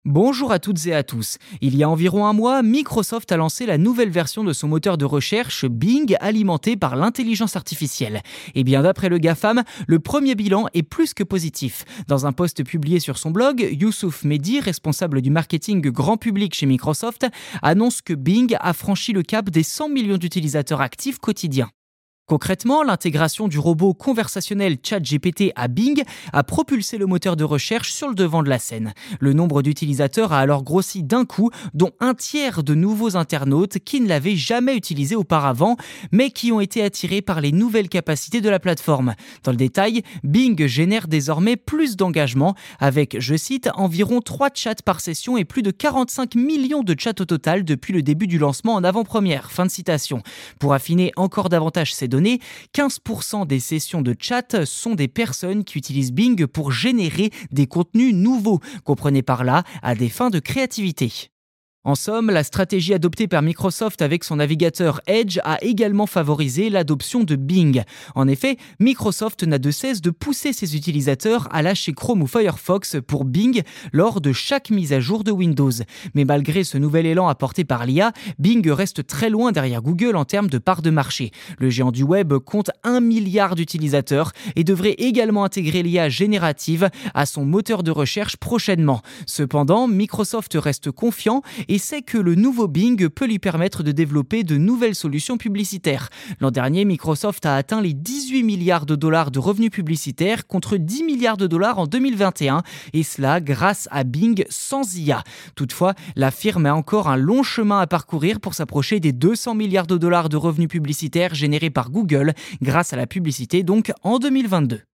Bonjour à toutes et à tous. Il y a environ un mois, Microsoft a lancé la nouvelle version de son moteur de recherche Bing alimenté par l'intelligence artificielle. Et bien d'après le GAFAM, le premier bilan est plus que positif. Dans un post publié sur son blog, Youssouf Mehdi, responsable du marketing grand public chez Microsoft, annonce que Bing a franchi le cap des 100 millions d'utilisateurs actifs quotidiens. Concrètement, l'intégration du robot conversationnel ChatGPT à Bing a propulsé le moteur de recherche sur le devant de la scène. Le nombre d'utilisateurs a alors grossi d'un coup, dont un tiers de nouveaux internautes qui ne l'avaient jamais utilisé auparavant, mais qui ont été attirés par les nouvelles capacités de la plateforme. Dans le détail, Bing génère désormais plus d'engagement, avec, je cite, environ 3 chats par session et plus de 45 millions de chats au total depuis le début du lancement en avant-première. Fin de citation. Pour affiner encore davantage ces données, 15% des sessions de chat sont des personnes qui utilisent Bing pour générer des contenus nouveaux. Comprenez par là à des fins de créativité. En somme, la stratégie adoptée par Microsoft avec son navigateur Edge a également favorisé l'adoption de Bing. En effet, Microsoft n'a de cesse de pousser ses utilisateurs à lâcher Chrome ou Firefox pour Bing lors de chaque mise à jour de Windows. Mais malgré ce nouvel élan apporté par l'IA, Bing reste très loin derrière Google en termes de part de marché. Le géant du web compte 1 milliard d'utilisateurs et devrait également intégrer l'IA générative à son moteur de recherche prochainement. Cependant, Microsoft reste confiant et sait que le nouveau Bing peut lui permettre de développer de nouvelles solutions publicitaires. L'an dernier, Microsoft a atteint les 18 milliards de dollars de revenus publicitaires contre 10 milliards de dollars en 2021, et cela grâce à Bing sans IA. Toutefois, la firme a encore un long chemin à parcourir pour s'approcher des 200 milliards de dollars de revenus publicitaires générés par Google grâce à la publicité donc en 2022.